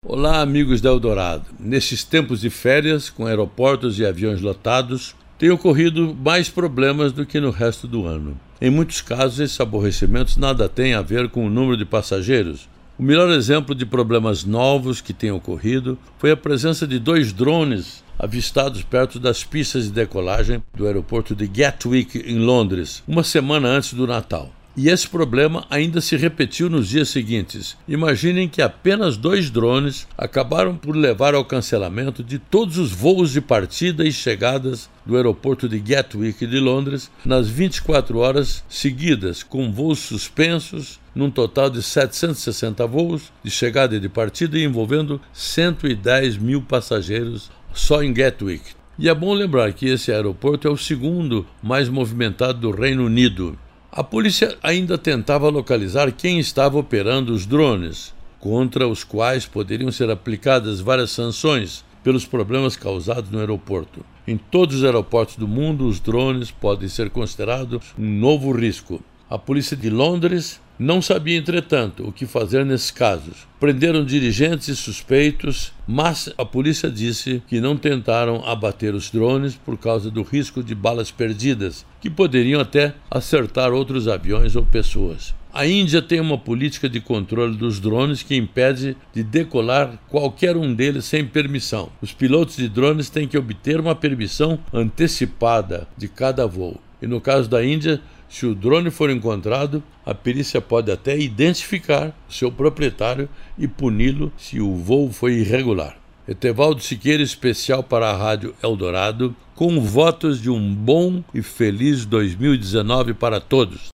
Olá, amigos da Eldorado. Nesses tempos de férias, com aeroportos e aviões lotados, tem ocorrido mais problemas do que no resto do ano. Em muitos casos, esses aborrecimentos nada têm a ver com o número de passageiros. O melhor exemplo de problemas novos que tem ocorrido foi a presença de 2 drones avistados perto das pistas de decolagem do aeroporto de Gatwick, em Londres, uma semana antes do Natal. E esse problema ainda se repetiu nos dias seguintes. Imaginem que apenas 2 drones acabaram por levar ao cancelamento de todos os voos de partida e chegadas do aeroporto de Gatwick de Londres nas 24 horas seguidas, com voos suspensos, num total de 760 voos de chegada e de partida, envolvendo 110 mil passageiros só em Gatwick. E é bom lembrar que esse aeroporto é o segundo mais movimentado do Reino Unido. A polícia ainda tentava localizar quem estava operando os drones, contra os quais poderiam ser aplicadas várias sanções pelos problemas causados no aeroporto. Em todos os aeroportos do mundo, os drones podem ser considerados um novo risco. A polícia de Londres não sabia, entretanto, o que fazer nesses casos. Prenderam dirigentes e suspeitos, mas a polícia disse que não tentaram abater os drones por causa do risco de balas perdidas, que poderiam até acertar outros aviões ou pessoas. A Índia tem uma política de controle dos drones que impede de decolar qualquer um deles sem permissão. Os pilotos de drones têm que obter uma permissão antecipada de cada voo. E no caso da Índia, se o drone for encontrado, a perícia pode até identificar o seu proprietário e puni-lo se o voo foi irregular. Etevaldo Siqueira, especial para a Rádio Eldorado, com votos de um bom e feliz 2019 para todos.